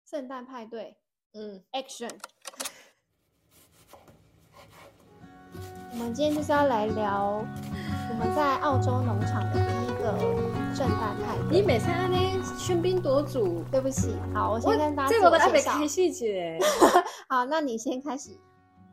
圣诞派对，Action！ 我们今天就是要来聊我们在澳洲农场的第一个圣诞派对。 你每次安尼喧宾夺主， 对不起，好，我先跟大家自这个我介绍。 开细节。 好，那你先开始。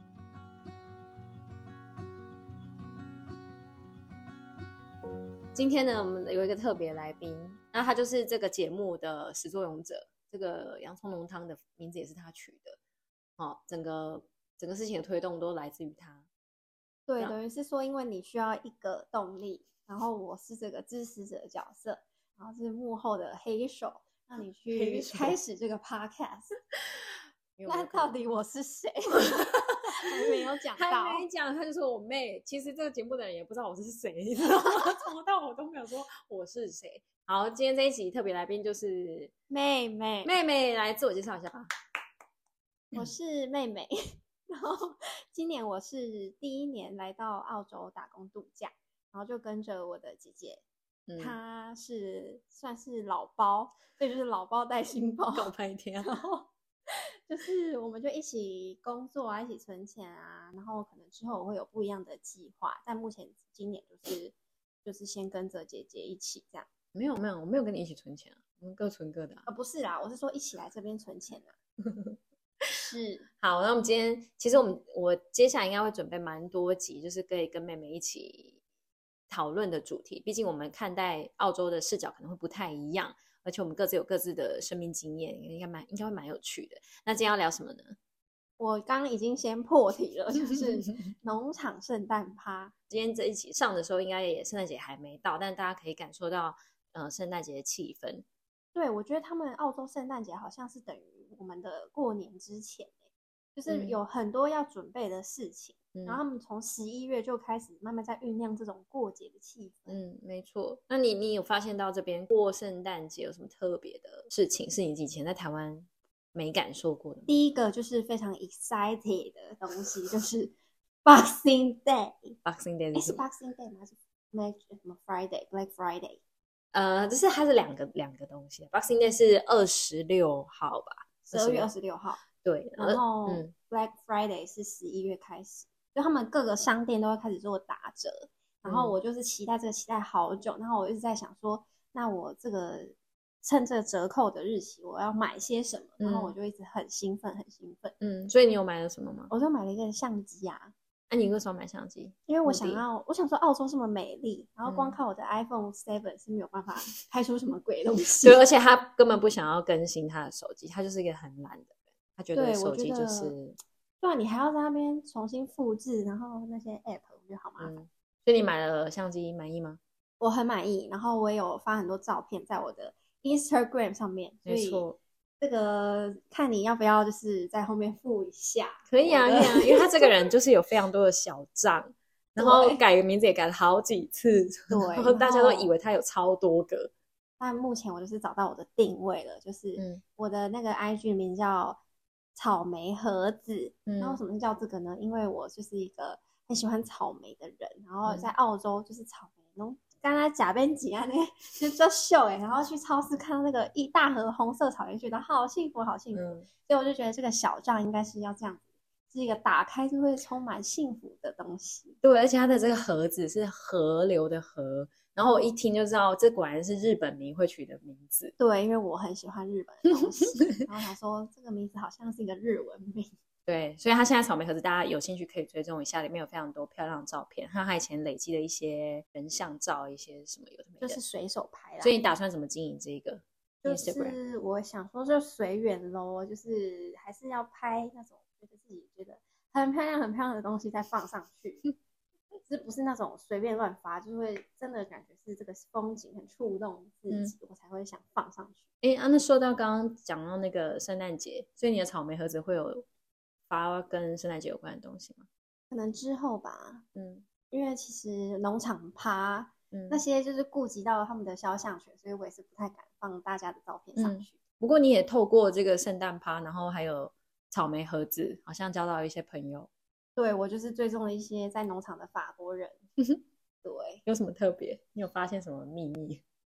今天呢，我们有一个特别来宾，那他就是这个节目的始作俑者。这个洋葱浓汤的名字也是他取的，整个事情的推动都来自于他。 对，等于是说，因为你需要一个动力，然后我是这个支持者的角色，然后是幕后的黑手，让你去开始这个 podcast。那到底我是谁？还没有讲到， 还没讲，他就说我妹。其实这个节目的人也不知道我是谁，你知道吗？从头到尾都没有说我是谁。好，今天这一集特别来宾就是妹妹， 来自我介绍一下吧。 我是妹妹，然后今年我是第一年来到澳洲打工度假，然后就跟着我的姐姐，她是算是老包，所以就是老包带新包， 搞半天， 然后就是我们就一起工作啊，一起存钱啊，然后可能之后我会有不一样的计划，但目前今年就是先跟着姐姐一起这样。 没有，我没有跟你一起存钱啊，我们各存各的啊。 不是啦，我是说一起来这边存钱啊。是。 好，那我们今天其实我接下来应该会准备蛮多集，就是可以跟妹妹一起讨论的主题。毕竟我们看待澳洲的视角可能会不太一样，而且我们各自有各自的生命经验，应该会蛮有趣的。那今天要聊什么呢？ 我刚刚已经先破题了，就是农场圣诞趴。 今天这一集上的时候，应该也圣诞节还没到，但大家可以感受到圣诞节的气氛。 对，我觉得他们澳洲圣诞节好像是等于我们的过年之前，就是有很多要准备的事情，然后他们从11月就开始慢慢在酝酿这种过节的气氛。 没错。那你有发现到这边过圣诞节有什么特别的事情是你以前在台湾没感受过的吗？ 第一个就是非常 excited 的东西，就是 Boxing Day。Boxing Day 是 Boxing Day 吗？还是什么 Friday？Black Friday？ 就是它是两个东西。Boxing Day 是26号吧 ，12月26号。 对， 然后Black Friday 是11月开始，就他们各个商店都会开始做打折。然后我就是期待好久，然后我一直在想说，那我这个趁这个折扣的日期，我要买些什么？然后我就一直很兴奋。 所以你有买了什么吗？ 我就买了一个相机啊。 你为什么买相机？ 因为我想说澳洲这么美丽，然后光靠我的 iPhone 7是没有办法拍出什么鬼东西。 对，而且他根本不想要更新他的手机，他就是一个很懒的人，他觉得手机就是对啊，你还要在那边重新复制，然后那些 app 我觉得好麻烦。 所以你买了相机满意吗？ 我很满意，然后我也有发很多照片在我的 Instagram 上面。 没错， 这个看你要不要就是在后面附一下。 可以啊，因为他这个人就是有非常多的小账，然后改个名字也改了好几次， 对， 然后大家都以为他有超多个。 但目前我就是找到我的定位了，就是我的那个 IG 名叫草莓盒子。然后什么叫这个呢？因为我就是一个很喜欢草莓的人，然后在澳洲就是草莓农刚刚假边挤啊，那就叫秀然后去超市看到那个一大盒红色草莓，觉得好幸福。所以我就觉得这个小账应该是要这样子，是一个打开就会充满幸福的东西。 对，而且它的这个盒子是河流的河，然后我一听就知道这果然是日本名会取的名字。 对，因为我很喜欢日本的东西，然后想说这个名字好像是一个日文名。 对，所以他现在草莓盒子大家有兴趣可以追踪一下，里面有非常多漂亮的照片，还有他以前累积的一些人像照，一些什么有的没的， 就是随手拍啦。 所以你打算怎么经营这个 Instagram？ 就是我想说就随缘咯，就是还是要拍那种觉得自己觉得很漂亮的东西再放上去，是不是那种随便乱发，就会真的感觉是这个风景很触动自己，我才会想放上去。 那说到刚刚讲到那个圣诞节，所以你的草莓盒子会有发跟圣诞节有关的东西吗？ 可能之后吧。因为其实农场趴那些就是顾及到他们的肖像权，所以我也是不太敢放大家的照片上去。 不过你也透过这个圣诞趴，然后还有草莓盒子，好像交到一些朋友。 对，我就是追踪了一些在农场的法国人。对， 有什么特别？你有发现什么秘密？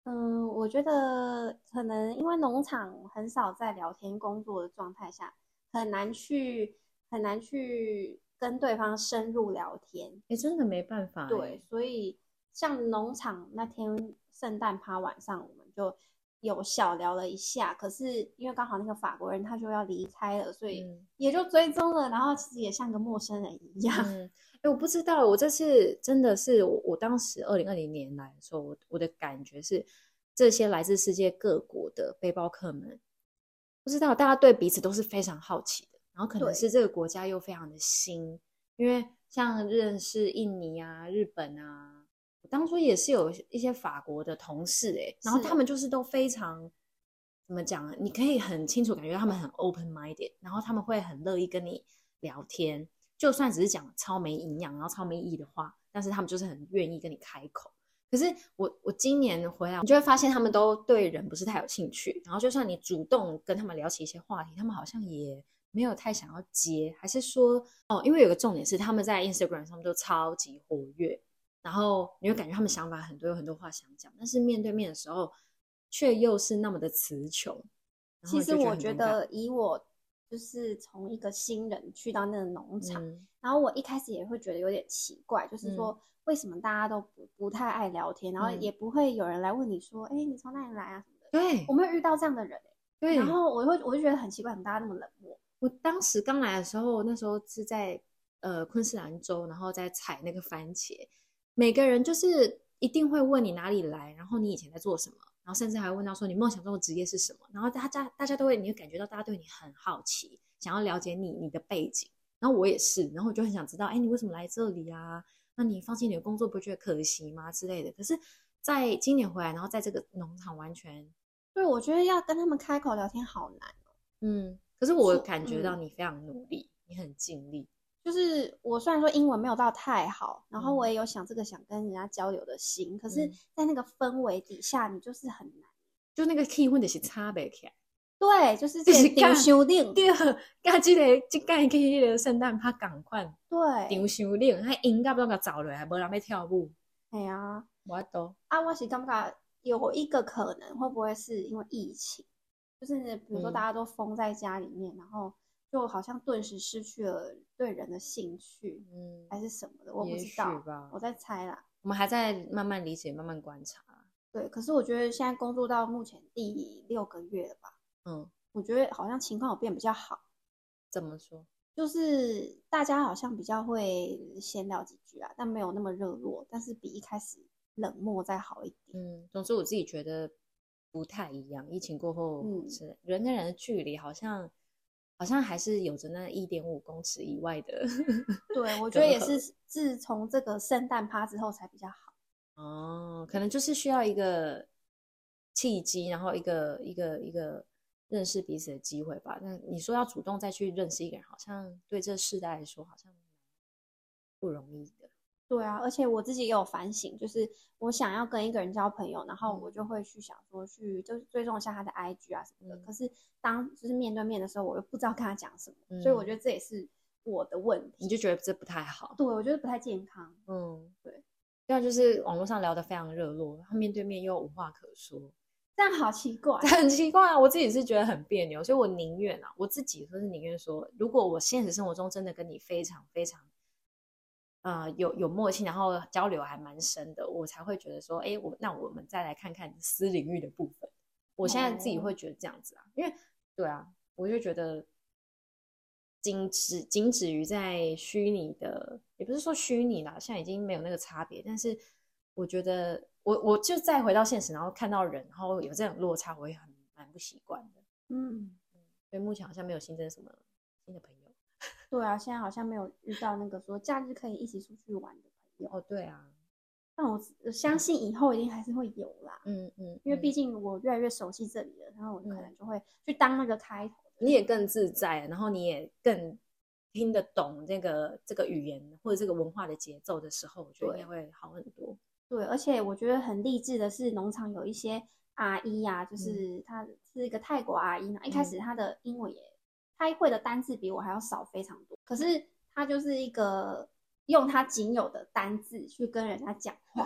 我觉得可能因为农场很少在聊天工作的状态下，很难去跟对方深入聊天。 真的没办法。 对，所以像农场那天圣诞趴晚上，我们就有小聊了一下。可是因为刚好那个法国人他就要离开了，所以也就追踪了。然后其实也像个陌生人一样。 我不知道，我这次真的是我当时2020年来的时候，我的感觉是，这些来自世界各国的背包客们，不知道大家对彼此都是非常好奇的，然后可能是这个国家又非常的新，因为像认识印尼啊、日本啊，我当初也是有一些法国的同事然后他们就是都非常怎么讲，你可以很清楚感觉他们很 open minded， 然后他们会很乐意跟你聊天。就算只是讲超没营养然后超没意义的话，但是他们就是很愿意跟你开口。可是我今年回来，你就会发现他们都对人不是太有兴趣，然后就算你主动跟他们聊起一些话题，他们好像也没有太想要接，还是说因为有个重点是他们在 Instagram 上面都超级活跃，然后你会感觉他们想法很多，有很多话想讲，但是面对面的时候却又是那么的词穷。 其实我觉得以我就是从一个新人去到那个农场，然后我一开始也会觉得有点奇怪，就是说为什么大家都不太爱聊天，然后也不会有人来问你说你从哪里来啊什么的。 对， 我没有遇到这样的人对， 然后我就觉得很奇怪，大家那么冷漠。 我当时刚来的时候，那时候是在昆士兰州，然后在采那个番茄，每个人就是一定会问你哪里来，然后你以前在做什么，然后甚至还会问到说你梦想中的职业是什么，然后大家都会，你会感觉到大家对你很好奇，想要了解你的背景，然后我也是，然后我就很想知道，你为什么来这里啊？那你放弃你的工作不觉得可惜吗？之类的。可是在今年回来，然后在这个农场完全， 对，我觉得要跟他们开口聊天好难可是我感觉到你非常努力，你很尽力。 就是我虽然说英文没有到太好，然后我也有想跟人家交流的心，可是在那个氛围底下，你就是很难。 就那个气氛就是差不起来。 对，就是这个场伤冷。 对，跟这次去那个圣诞趴同款。 对， 场伤冷，那音乐都给走落来，没人要跳舞。 对啊， 我都我是感觉有一个可能，会不会是因为疫情？就是比如说大家都封在家里面，然后就好像顿时失去了对人的兴趣，还是什么的，我不知道吧，我在猜啦。 我们还在慢慢理解，慢慢观察。 对，可是我觉得现在工作到目前第6个月了吧？我觉得好像情况有变比较好。 怎么说？ 就是大家好像比较会闲聊几句啊，但没有那么热络，但是比一开始冷漠再好一点。 总之我自己觉得不太一样。疫情过后，是人跟人的距离好像还是有着那1.5公尺以外的。 对，我觉得也是自从这个圣诞趴之后才比较好。 可能就是需要一个契机，然后一个认识彼此的机会吧。那你说要主动再去认识一个人，好像对这世代来说好像不容易的。 对啊，而且我自己也有反省，就是我想要跟一个人交朋友，然后我就会去想说就追踪一下他的 IG 啊什么的。可是当就是面对面的时候，我又不知道跟他讲什么，所以我觉得这也是我的问题。 你就觉得这不太好？ 对，我觉得不太健康。 对。这样就是网络上聊得非常热络，然后面对面又无话可说， 这样好奇怪， 很奇怪啊！我自己是觉得很别扭，所以我宁愿我自己是宁愿说，如果我现实生活中真的跟你非常非常有默契，然后交流还蛮深的，我才会觉得说，那我们再来看看私领域的部分。我现在自己会觉得这样子啊，因为对啊，我就觉得仅止于在虚拟的，也不是说虚拟啦，现在已经没有那个差别。但是我觉得我就再回到现实，然后看到人，然后有这种落差，我也蛮不习惯的。所以目前好像没有新增什么新的朋友。 对啊，现在好像没有遇到那个说假日可以一起出去玩的朋友。 对啊。 但我相信以后一定还是会有啦。因为毕竟我越来越熟悉这里了，然后我可能就会去当那个开头。 你也更自在，然后你也更听得懂这个语言或者这个文化的节奏的时候，我觉得应该会好很多。 对，而且我觉得很励志的是，农场有一些阿姨啊，就是她是一个泰国阿姨呢。一开始她的英文她会的单字比我还要少非常多，可是她就是一个用她仅有的单字去跟人家讲话，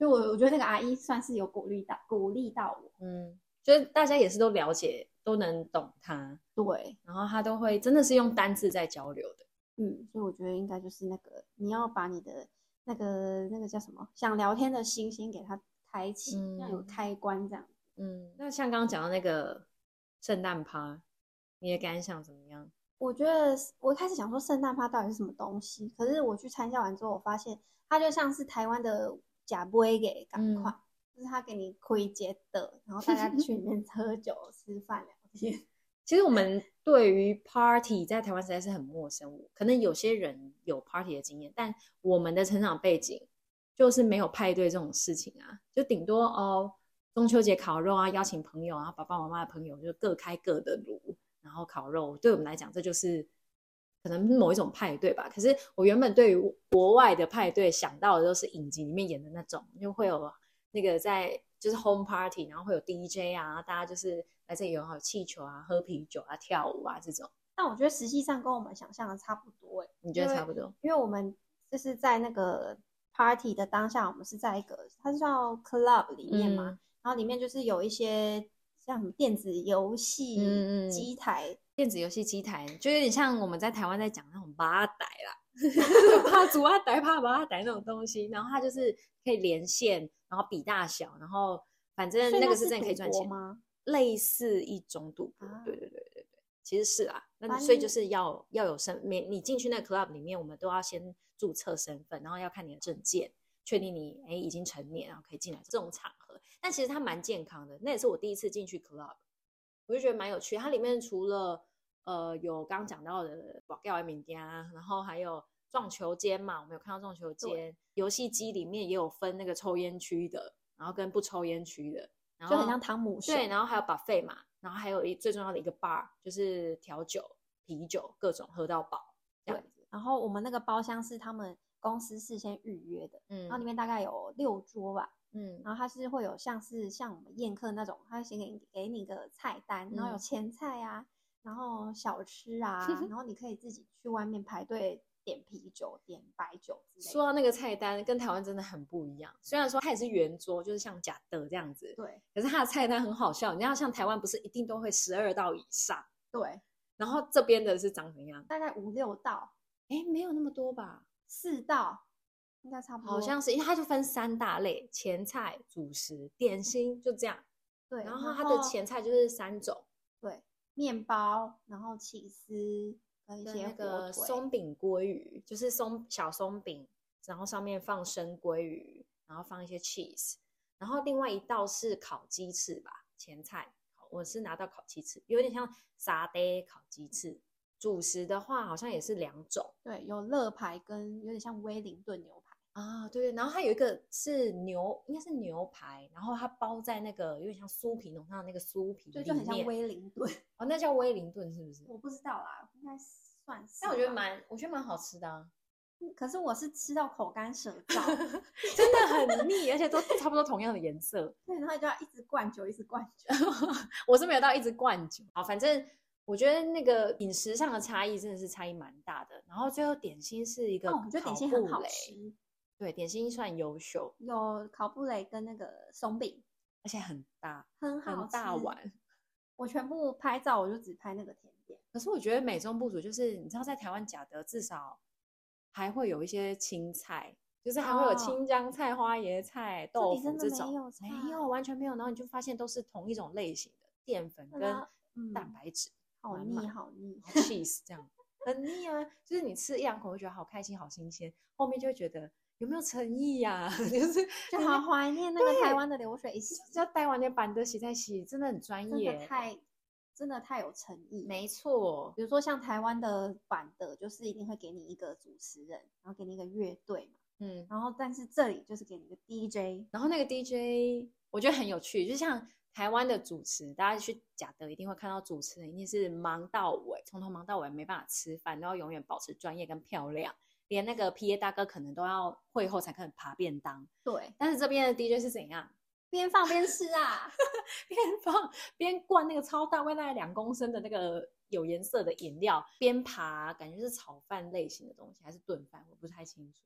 就我觉得那个阿姨算是有鼓励到我， 就是大家也是都了解，都能懂他， 对， 然后他都会真的是用单字在交流的， 所以我觉得应该就是那个你要把你的那个叫什么想聊天的心先给它开启，要有开关这样。 那像刚刚讲到那个圣诞趴，你的感想怎么样？ 我觉得我一开始想说圣诞趴到底是什么东西，可是我去参加完之后，我发现它就像是台湾的假杯给赶快，就是他给你亏节的，然后大家去里面喝酒、吃饭、聊天。 其实我们对于 party 在台湾实在是很陌生，可能有些人有 party 的经验，但我们的成长背景就是没有派对这种事情啊，就顶多中秋节烤肉啊，邀请朋友啊，爸爸妈妈的朋友就各开各的炉，然后烤肉。对我们来讲，这就是可能某一种派对吧。可是我原本对于国外的派对想到的都是影集里面演的那种，就会有那个在就是 home party， 然后会有 DJ 啊，大家就是来这里有气球啊、喝啤酒啊、跳舞啊这种。 但我觉得实际上跟我们想象的差不多你觉得差不多？ 因为我们就是在那个 party 的当下，我们是在一个它是叫 club 里面嘛，然后里面就是有一些像什么电子游戏机台， 电子游戏机台就有点像我们在台湾在讲那种八仔啦，怕祖阿仔、怕八仔那种东西，然后它就是可以连线，然后比大小，然后反正那个是真的可以赚钱吗？ 类似一种赌博，对，其实是啊，那所以就是要有你进去那个 club 里面，我们都要先注册身份，然后要看你的证件，确定你已经成年，然后可以进来这种场合。但其实它蛮健康的，那也是我第一次进去 club， 我就觉得蛮有趣。它里面除了有刚刚讲到的保钓的名家，然后还有撞球间嘛，我们有看到撞球间，游戏机里面也有分那个抽烟区的，然后跟不抽烟区的，然后就很像汤姆熊。 对，然后还有 buffet 嘛，然后还有最重要的一个 bar， 就是调酒、啤酒各种喝到饱这样子。 然后我们那个包厢是他们公司事先预约的，然后里面大概有6桌吧，然后它是会有像我们宴客那种，它先给你个菜单，然后有前菜啊，然后小吃啊，然后你可以自己去外面排队点啤酒、点白酒之类的。 说到那个菜单，跟台湾真的很不一样。虽然说它也是圆桌，就是像假的这样子， 对， 可是它的菜单很好笑。你要像台湾不是一定都会12道以上， 对， 然后这边的是长怎样？ 大概5、6道， 没有那么多吧 ？4道。应该差不多， 好像是，因为它就分3大类：前菜、主食、点心，就这样。 对， 然后它的前菜就是3种， 对，面包，然后起司跟一些那个松饼鲑鱼，就是小松饼，然后上面放生鲑鱼，然后放一些 cheese， 然后另外一道是烤鸡翅吧，前菜我是拿到烤鸡翅，有点像沙爹烤鸡翅。主食的话好像也是2种， 对，有乐排跟有点像威灵顿牛排啊，对，然后它有一个是应该是牛排，然后它包在那个有点像酥皮浓汤的那个酥皮里面， 就很像威灵顿哦，那叫威灵顿是不是？ 我不知道啦，应该算是。 但我觉得蛮好吃的啊。 可是我是吃到口干舌燥， 真的很腻，而且都差不多同样的颜色。 对，然后就要一直灌酒，一直灌酒。 我是没有到一直灌酒，好，反正我觉得那个饮食上的差异真的是差异蛮大的。然后最后点心是一个我觉得点心很好吃， 对，点心算优秀， 有烤布雷跟那个松饼， 而且很大， 很好吃， 很大碗。 我全部拍照，我就只拍那个甜点。 可是我觉得美中不足，就是你知道，在台湾假的至少还会有一些青菜，就是还会有青江菜、花椰菜、豆腐这种，没有，完全没有。然后你就发现都是同一种类型的淀粉跟蛋白质， 好腻，好腻 ，cheese 这样很腻啊。就是你吃1-2口会觉得好开心、好新鲜，后面就会觉得有没有诚意呀？ 就好怀念那个台湾的流水席， 要台湾的板的洗在洗，真的很专业， 真的太有诚意。 没错， 比如说像台湾的板的，就是一定会给你一个主持人，然后给你一个乐队嘛，然后但是这里就是给你一个 DJ， 然后那个 DJ 我觉得很有趣，就像台湾的主持，大家去假的一定会看到主持人一定是忙到尾，从头忙到尾，没办法吃饭，都要永远保持专业跟漂亮，连那个 PA 大哥可能都要会后才可能爬便当。 对， 但是这边的 DJ 是怎样？ 边放边吃啊， 边放边灌那个超大味，大概2公升的那个有颜色的饮料，边爬，感觉是炒饭类型的东西还是炖饭，我不太清楚。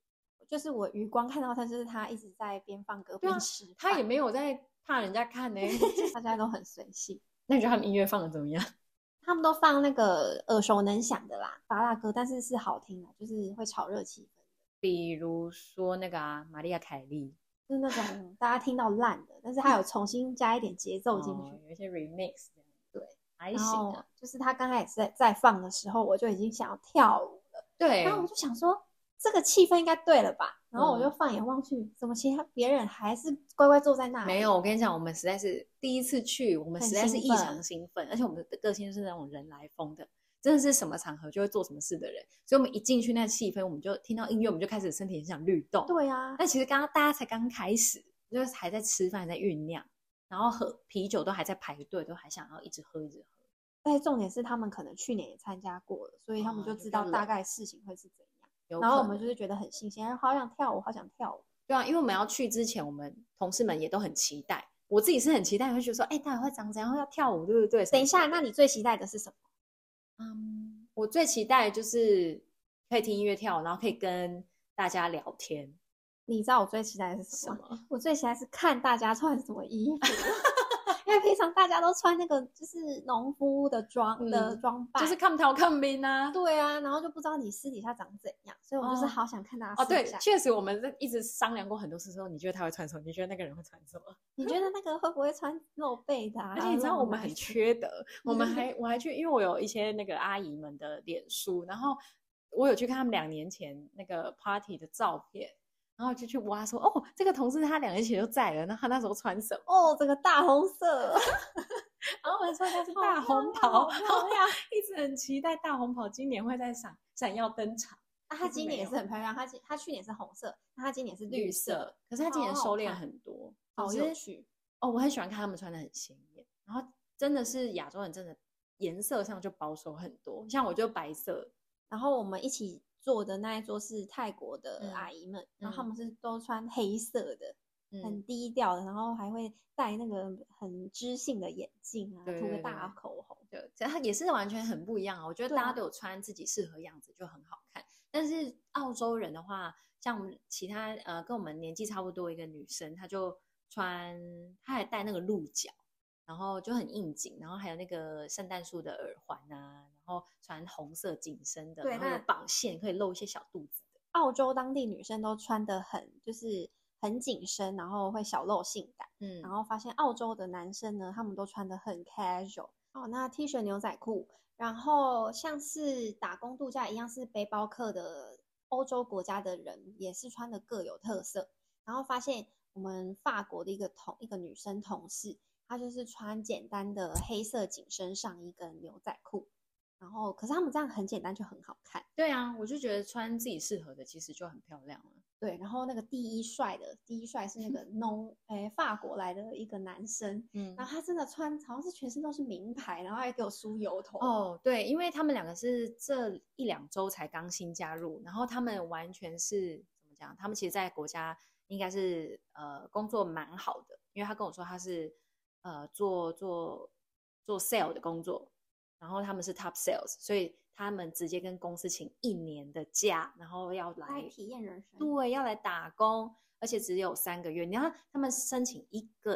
就是我余光看到他，就是他一直在边放歌边吃饭， 他也没有在怕人家看呢， 大家都很随性。 那你觉得他们音乐放的怎么样？ 他们都放那个耳熟能详的啦，芭乐歌，但是是好听的，就是会炒热气氛。 比如说那个玛丽亚凯莉， 就是那种大家听到烂的，但是他有重新加一点节奏进去， 有一些 remix 这样。 对， 还行啊。 就是他刚开始在放的时候，我就已经想要跳舞了。 对， 然后我就想说，这个气氛应该对了吧？然后我就放眼望去，怎么其他别人还是乖乖坐在那里？ 没有，我跟你讲，我们实在是第一次去，我们实在是异常兴奋，而且我们的个性就是那种人来疯的，真的是什么场合就会做什么事的人，所以我们一进去那气氛，我们就听到音乐，我们就开始身体很想律动。 对啊， 但其实刚刚大家才刚开始，就是还在吃饭，还在酝酿，然后喝啤酒都还在排队，都还想要一直喝一直喝。 但是重点是他们可能去年也参加过了，所以他们就知道大概事情会是怎样。然后我们就是觉得很新鲜，好想跳舞，好想跳舞。 对啊，因为我们要去之前，我们同事们也都很期待，我自己是很期待，会觉得说，哎，到底会长怎样？要跳舞，对不对？ 等一下，那你最期待的是什么？ 我最期待就是可以听音乐跳舞，然后可以跟大家聊天。 你知道我最期待的是什么？我最期待是看大家穿什么衣服。因为平常大家都穿那个就是农夫的装扮， 就是看头看兵啊。 对啊，然后就不知道你私底下长怎样，所以我就是好想看大家私底下。 对，确实我们一直商量过很多次之后，你觉得他会穿什么？你觉得那个人会穿什么？ 你觉得那个会不会穿露背的？ 而且你知道我们很缺德，我还去，因为我有一些那个阿姨们的脸书，然后我有去看他们2年前那个 party 的照片。然后就去挖说，哦，这个同事他2年前就在了，那他那时候穿什么？ 哦，这个大红色。 然后我说他是大红袍，漂亮，一直很期待大红袍今年会在闪耀登场。 他今年也是很漂亮，他去年是红色，那他今年是绿色， 可是他今年收敛很多， 好有趣哦！我很喜欢看他们穿的很鲜艳，然后真的是亚洲人，真的颜色上就保守很多，像我就白色。 然后我们一起坐的那一桌是泰国的阿姨们，然后他们是都穿黑色的，很低调的，然后还会戴那个很知性的眼镜啊，涂个大口红， 对，它也是完全很不一样啊。我觉得大家都有穿自己适合样子就很好看。但是澳洲人的话，像其他跟我们年纪差不多一个女生，她就穿，她还戴那个鹿角，然后就很应景，然后还有那个圣诞树的耳环啊，然后穿红色紧身的，然后有绑线可以露一些小肚子的。 澳洲当地女生都穿得就是很紧身，然后会小露性感。然后发现澳洲的男生呢，他们都穿得很 casual。那 T 恤牛仔裤，然后像是打工度假一样是背包客的欧洲国家的人，也是穿的各有特色。然后发现我们法国的一个女生同事，她就是穿简单的黑色紧身上衣跟牛仔裤，然后可是他们这样很简单就很好看。 对啊，我就觉得穿自己适合的其实就很漂亮了。 对，然后那个第一帅是那个法国来的一个男生，然后他真的穿好像是全身都是名牌，然后还给我梳油头。 哦，对，因为他们2个是这1-2周才刚新加入，然后他们完全是怎么讲？他们其实在国家应该是工作蛮好的，因为他跟我说他是做 sale 的工作，然后他们是 top sales， 所以他们直接跟公司请1年的假，然后要来体验人生。 对，要来打工，而且只有3个月。你看他们申请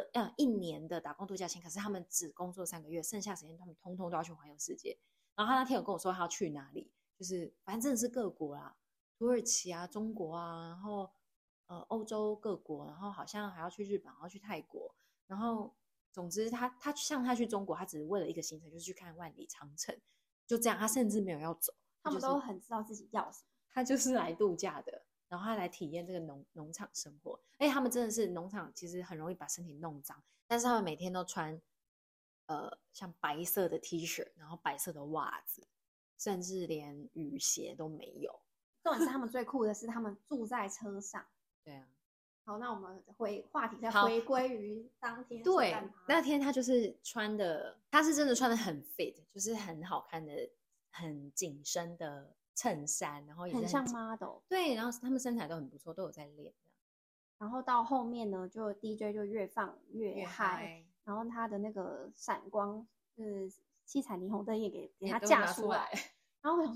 1年的打工度假签，可是他们只工作3个月，剩下时间他们通通都要去环游世界。然后他那天有跟我说他要去哪里，就是反正真的是各国啦，土耳其啊、中国啊，然后欧洲各国，然后好像还要去日本，还要去泰国，然后总之他像他去中国，他只是为了一个行程，就是去看万里长城。就这样，他甚至没有要走， 他们都很知道自己要什么。 他就是来度假的，然后他来体验这个农场生活。而且他们真的是农场，其实很容易把身体弄脏，但是他们每天都穿像白色的 T 恤，然后白色的袜子，甚至连雨鞋都没有。 重点是他们最酷的是，他们住在车上。 对啊。 好，那我们话题再回归于当天。 对，那天他就是穿的，他是真的穿的很 fit， 就是很好看的、很紧身的衬衫，然后也是很像 model。 对，然后他们身材都很不错，都有在练。 然后到后面呢，就 DJ 就越放越嗨，然后他的那个闪光，七彩霓虹灯也给它架出来。然后我想说，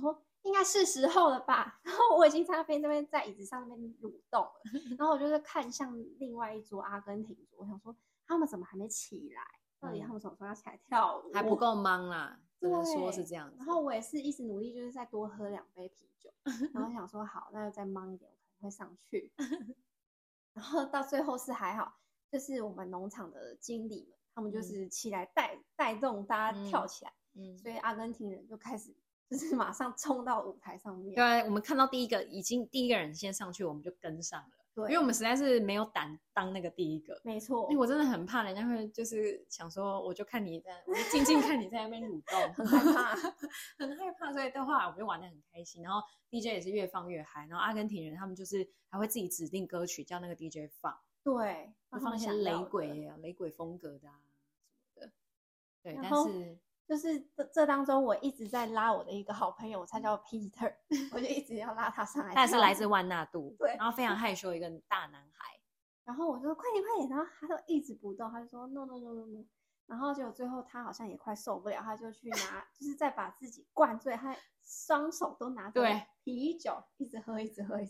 应该是时候了吧。然后我已经在那边在椅子上那边蠕动了，然后我就是看向另外一桌阿根廷桌，我想说他们怎么还没起来？到底他们什么时候要起来跳舞？ 还不够忙啦，只能说是这样子。 然后我也是一直努力，就是再多喝2杯啤酒，然后想说好，那就再忙一点，我可能会上去。然后到最后是还好，就是我们农场的经理们，他们就是起来带动大家跳起来，所以阿根廷人就开始就是马上冲到舞台上面。 对，我们看到第一个人先上去，我们就跟上了。对，因为我们实在是没有胆当那个第一个。 没错， 因为我真的很怕人家会就是想说，我就看你在，我就静静看你在那边蠕动， 很害怕， 很害怕。所以的话，我们就玩得很开心，然后 DJ 也是越放越嗨，然后阿根廷人他们就是还会自己指定歌曲叫那个 DJ 放， 对， 放一些雷鬼风格的啊什么的。对，但是就是这当中，我一直在拉我的一个好朋友，他叫 Peter， 我就一直要拉他上来。 他是来自万纳度， 对， 然后非常害羞一个大男孩。 然后我就说快点，然后他就一直不动，他就说 no。然后结果最后他好像也快受不了，他就去拿，就是再把自己灌醉，他双手都拿着啤酒，一直喝。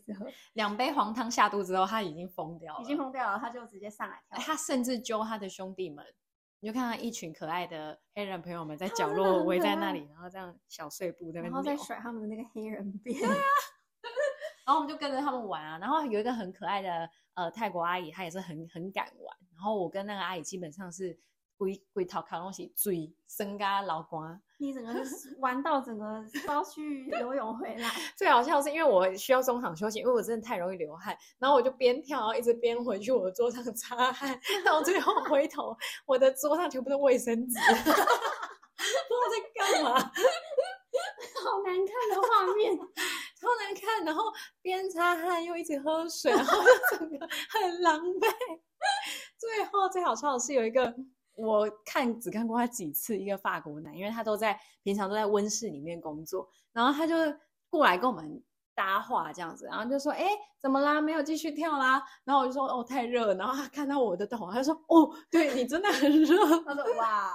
2杯黄汤下肚之后，他已经疯掉了， 他就直接上来跳。 他甚至揪他的兄弟们。你就看到一群可爱的黑人朋友们在角落围在那里，然后这样小碎步在那边， 然后再甩他们的那个黑人辫。 对啊，然后我们就跟着他们玩啊。然后有一个很可爱的泰国阿姨，她也是很敢玩。然后我跟那个阿姨基本上是规套卡东西追身家老瓜。 你整个玩到整个要去游泳回来。 最好笑是因为我需要中场休息，因为我真的太容易流汗，然后我就边跳，然后一直边回去我的桌上擦汗，到最后回头我的桌上全部都卫生纸，不知道在干嘛， 好难看的画面， 超难看。然后边擦汗又一直喝水，然后整个很狼狈。最后最好笑的是有一个。我只看过他几次，一个法国男，因为他平常都在温室里面工作，然后他就过来跟我们搭话这样子，然后就说怎么啦，没有继续跳啦？然后我就说太热了，然后他看到我的头，他就说对你真的很热。 他说哇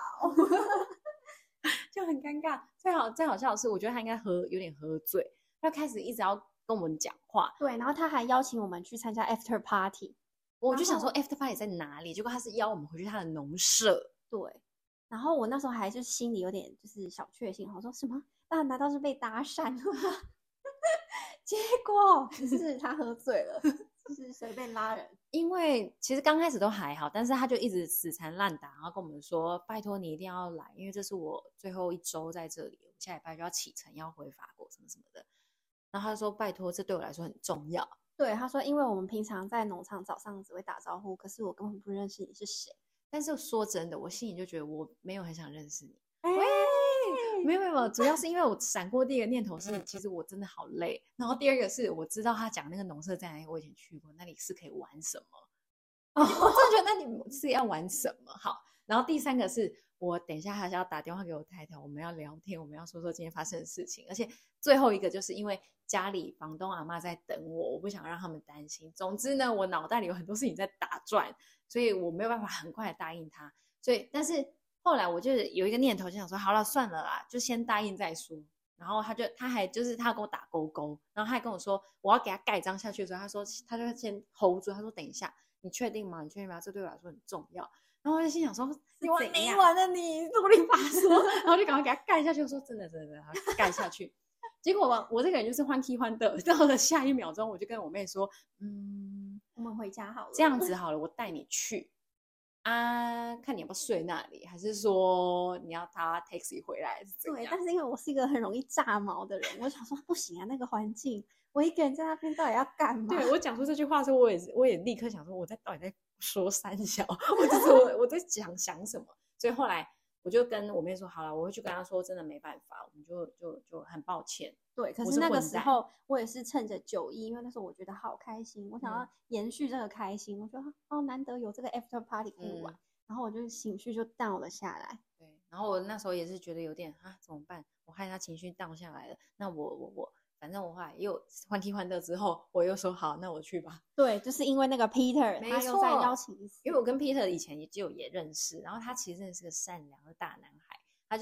就很尴尬。最好笑的是我觉得他应该有点喝醉，他开始一直要跟我们讲话。 对，然后他还邀请我们去参加 after party， 我就想说 after party 在哪里，结果他是邀我们回去他的农舍。 对，然后我那时候还是心里有点就是小确幸，我说什么难道是被搭讪了吗？结果是他喝醉了，就是随便拉人。 因为其实刚开始都还好，但是他就一直死缠烂打，然后跟我们说拜托你一定要来，因为这是我最后1周在这里，我下礼拜就要启程要回法国什么什么的。然后他说拜托，这对我来说很重要。 对，他说因为我们平常在农场早上只会打招呼，可是我根本不认识你是谁。 但是说真的，我心里就觉得我没有很想认识你。没有，主要是因为我闪过第一个念头是，其实我真的好累。然后第二个是我知道他讲那个农舍在哪里，我以前去过，那里是可以玩什么。我真的觉得那你是要玩什么好。然后第三个是我等一下还是要打电话给我太太，我们要聊天，我们要说说今天发生的事情。而且最后一个就是因为家里房东阿嬷在等我，我不想让他们担心。总之呢，我脑袋里有很多事情在打转，所以我没有办法很快的答应他。所以但是后来我就有一个念头，就想说好了算了啦，就先答应再说。然后他跟我打勾勾，然后他还跟我说我要给他盖章下去的时候，他就先 hold 住，他说等一下，你确定吗？这对我来说很重要。然后我就心想说你完了，你啰里吧嗦，然后就赶快给他盖下去。我说真的盖下去。结果我这个人就是欢喜欢的，到了下一秒钟我就跟我妹说我们回家好了， 这样子好了，我带你去啊，看你要不要睡那里，还是说你要他 taxi 回来？ 对，但是因为我是一个很容易炸毛的人，我想说不行啊，那个环境，我一个人在那边到底要干嘛？ 对，我讲出这句话的时候，我也立刻想说，到底在说三小，我在想什么？所以后来我就跟我妹说，好了，我会去跟她说，真的没办法，我们就很抱歉。 对，可是那个时候我也是趁着9·1，因为那时候我觉得好开心，我想要延续这个开心，我觉得难得有这个 after party 可以玩，然后我就情绪就 down 了下来。 对，然后我那时候也是觉得有点怎么办？我害他情绪 down 下来了，那我反正我后来又欢喜欢乐之后，我又说好，那我去吧。 对，就是因为那个 Peter，他又在邀请一次， 因为我跟 Peter 以前也认识，然后他其实真的是个善良的大男孩，他就是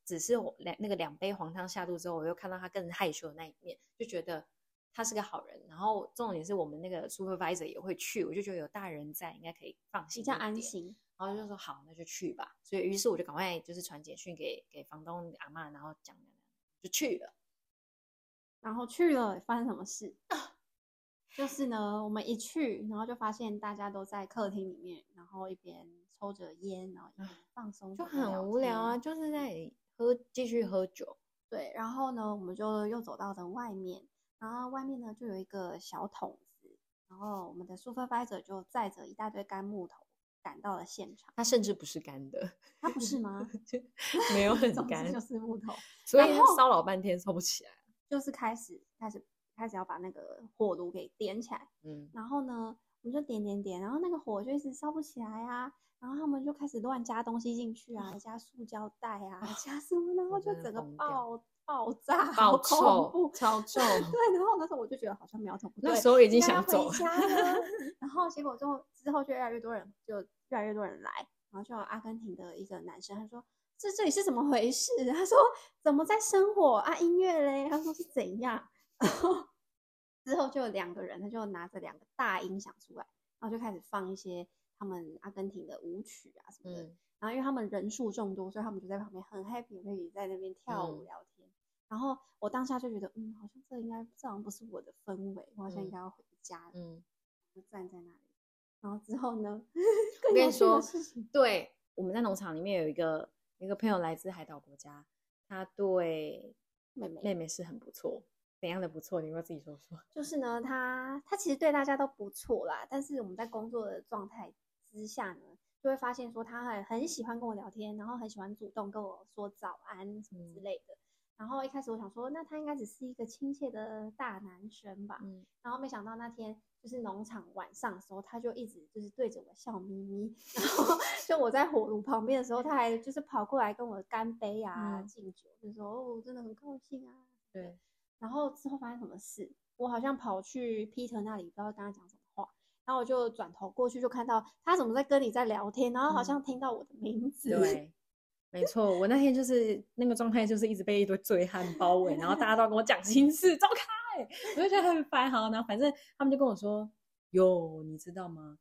只是那个2杯黄汤下肚之后，我又看到他更害羞的那一面，就觉得他是个好人。然后重点是我们那个 supervisor 也会去，我就觉得有大人在，应该可以放心一点， 比较安心。 然后就说好，那就去吧。所以于是我就赶快就是传简讯给房东阿嬷，然后讲就去了。 然后去了，发生什么事？就是呢，我们一去，然后就发现大家都在客厅里面，然后一边抽着烟，然后一边放松， 就很无聊啊，就是在继续喝酒。 对，然后呢，我们就又走到了外面，然后外面呢就有一个小桶子，然后我们的 supervisor 就载着一大堆干木头赶到了现场。 它甚至不是干的， 它不是吗？ 没有很干， 就是木头， 所以烧老半天烧不起来。 就是开始要把那个火炉给点起来，然后呢，我们就点，然后那个火就一直烧不起来啊，然后他们就开始乱加东西进去啊，加塑胶袋啊，加什么，然后就整个爆炸， 爆臭， 超臭。 对，然后那时候我就觉得好像苗头不对， 那时候已经想走回家了，然后结果之后就越来越多人来，然后就有阿根廷的一个男生，他说这里是怎么回事？他说怎么在生火啊？音乐嘞？他说是怎样？然后之后就有2个人，他就拿着2个大音响出来，然后就开始放一些他们阿根廷的舞曲啊什么的。然后因为他们人数众多，所以他们就在旁边很 happy 在那边跳舞聊天。然后我当下就觉得，好像这好像不是我的氛围，我好像应该要回家了。就站在那里。然后之后呢？ 我跟你说，对，我们在农场里面有一个朋友来自海岛国家，他对妹妹是很不错。怎样的不错？你要不要自己说说？ 就是呢，他其实对大家都不错啦，但是我们在工作的状态之下呢，就会发现说他很喜欢跟我聊天，然后很喜欢主动跟我说早安什么之类的。然后一开始我想说，那他应该只是一个亲切的大男生吧。然后没想到那天就是农场晚上的时候，他就一直就是对着我笑眯眯。然后就我在火炉旁边的时候，他还就是跑过来跟我干杯啊，敬酒，就说哦，真的很高兴啊。 对。 然后之后发生什么事？我好像跑去 Peter 那里，不知道跟他讲什么话。然后我就转头过去，就看到他怎么在跟你在聊天，然后好像听到我的名字。 对，没错，我那天就是那个状态，就是一直被一堆醉汉包围，然后大家都要跟我讲心事，走开！我就觉得很烦。好，然后反正他们就跟我说：“哟，你知道吗？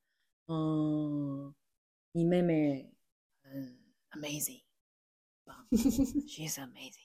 你妹妹amazing， she's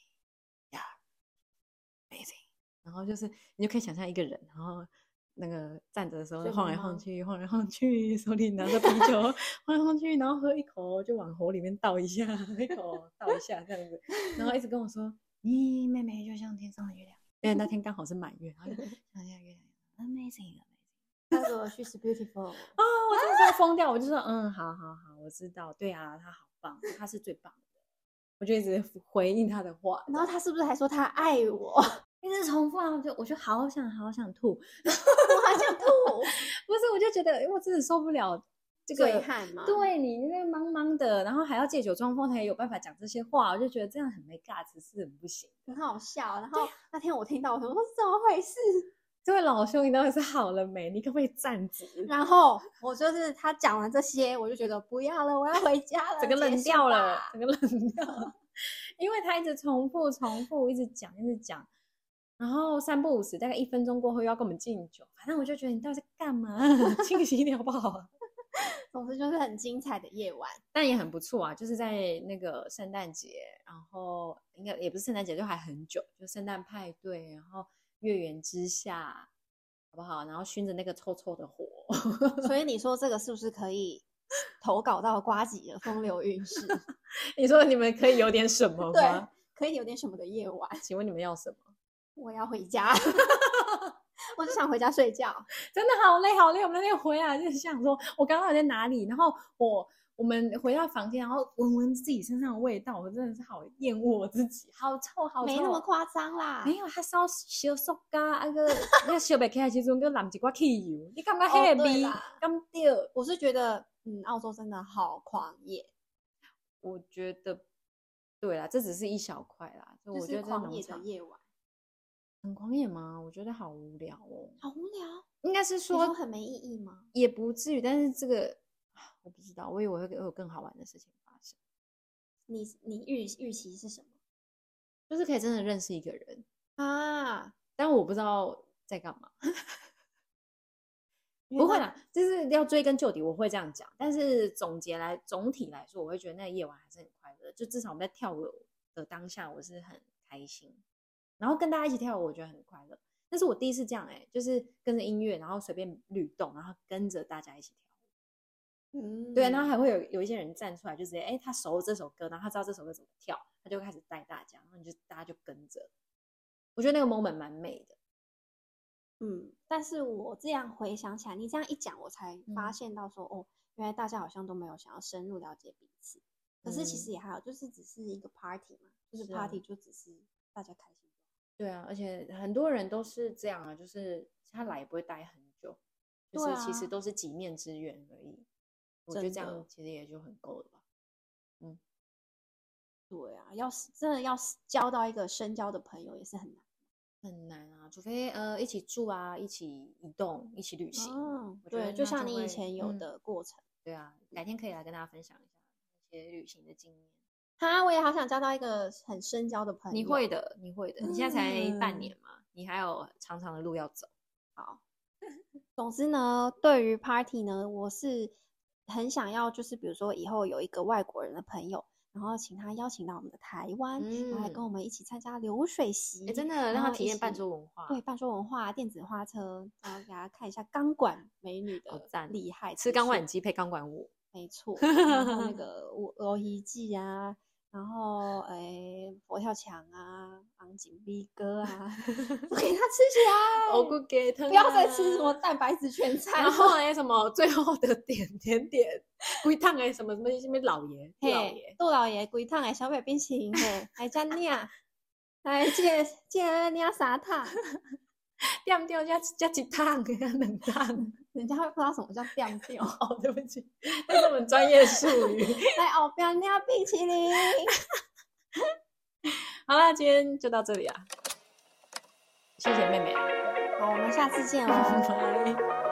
amazing。”然后就是你就可以想象一个人，然后那个站着的时候晃来晃去，手里拿着啤酒晃来晃去，然后喝一口就往火里面倒一下，一口倒一下这样子，然后一直跟我说：“你妹妹就像天上的月亮。”因为那天刚好是满月，然后就像月亮 amazing。 他说 she's beautiful。 我真的要疯掉，我就说好，我知道，对啊，他好棒，他是最棒的。我就一直回应他的话， 然后他是不是还说他爱我？ 一直重复啊，我就好想吐， 我好想吐。 不是，我就觉得我真的受不了这个醉汉嘛。 对，你那茫茫的，然后还要借酒装疯才有办法讲这些话，我就觉得这样很没尬词，是很不行， 很好笑。然后那天我听到，我说怎么回事？ 这位老兄，你到底是好了没？你可不可以站直？ 然后我就是他讲完这些，我就觉得不要了，我要回家了， 整个冷掉了，因为他一直重复，一直讲。然后3不5时，大概1分钟过后又要跟我们敬酒，反正我就觉得你到底在干嘛？清醒一点好不好？ 总之就是很精彩的夜晚， 但也很不错啊，就是在那个圣诞节，然后应该也不是圣诞节，就还很久，就圣诞派对，然后月圆之下，好不好？然后熏着那个臭臭的火。 所以你说这个是不是可以投稿到呱吉的风流韵事？ 你说你们可以有点什么吗？ 对，可以有点什么的夜晚。 请问你们要什么？ 我要回家。我就想回家睡觉， 真的好累。我们那天回来就是想说，我刚刚在哪里？然后我们回到房间，然后闻自己身上的味道，我真的是好厌恶我自己，好臭。 没那么夸张啦， 没有，他烧小塑胶，那个烧不起来，其实跟淋一挂汽油，你感觉那个味甘掉？ 我是觉得，澳洲真的好狂野。 我觉得，对啦，这只是一小块啦，就我觉得狂野的夜晚。 很狂野吗？我觉得好无聊哦。 好无聊？ 应该是说很没意义吗？ 也不至于，但是这个我不知道，我以为会有更好玩的事情发生。 你预期是什么？ 就是可以真的认识一个人啊， 但我不知道在干嘛。不会啦，就是要追根究底，我会这样讲。但是总体来说，我会觉得那个夜晚还是很快乐。就至少我们在跳舞的当下，我是很开心，然后跟大家一起跳舞，我觉得很快乐。但是我第一次这样就是跟着音乐，然后随便律动，然后跟着大家一起跳舞。对，然后还会有一些人站出来，就直接他熟这首歌，然后他知道这首歌怎么跳，他就开始带大家，然后大家就跟着。我觉得那个 moment 蛮美的。 但是我这样回想起来，你这样一讲，我才发现到说，原来大家好像都没有想要深入了解彼此。可是其实也还好，就是只是一个 party 嘛，就是 party 就只是大家开心。 对啊，而且很多人都是这样啊，就是他来也不会待很久，就是其实都是几面之缘而已。我觉得这样其实也就很够了吧。 对啊，真的要交到一个深交的朋友也是很难啊，除非一起住啊，一起移动，一起旅行。 对，就像你以前有的过程。 对啊，改天可以来跟大家分享一下那些旅行的经验。 我也好想交到一个很深交的朋友。 你会的，你现在才半年嘛，你还有长长的路要走。 好，总之呢，对于 party 呢，我是很想要，就是比如说以后有一个外国人的朋友，然后请他邀请到我们的台湾，然后来跟我们一起参加流水席， 真的让他体验半桌文化。 对，半桌文化、电子花车，然后给他看一下钢管美女的厉害， 吃钢管鸡配钢管舞， 没错。然后那个蚵鱼记啊，然后佛跳墙啊，昂景 B 哥啊，我给他吃起来，不要再吃什么蛋白质全餐， 然后什么最后的甜点，规烫什么老爷， 杜老爷规烫小北冰淇淋还加酿，还这酿3趟， 点掉加1趟2趟， 人家会不知道什么叫点掉。 对不起，那是我们专业术语。 来不要酿冰淇淋。 好啦，今天就到这里啊，谢谢妹妹。 好，我们下次见哦。 拜。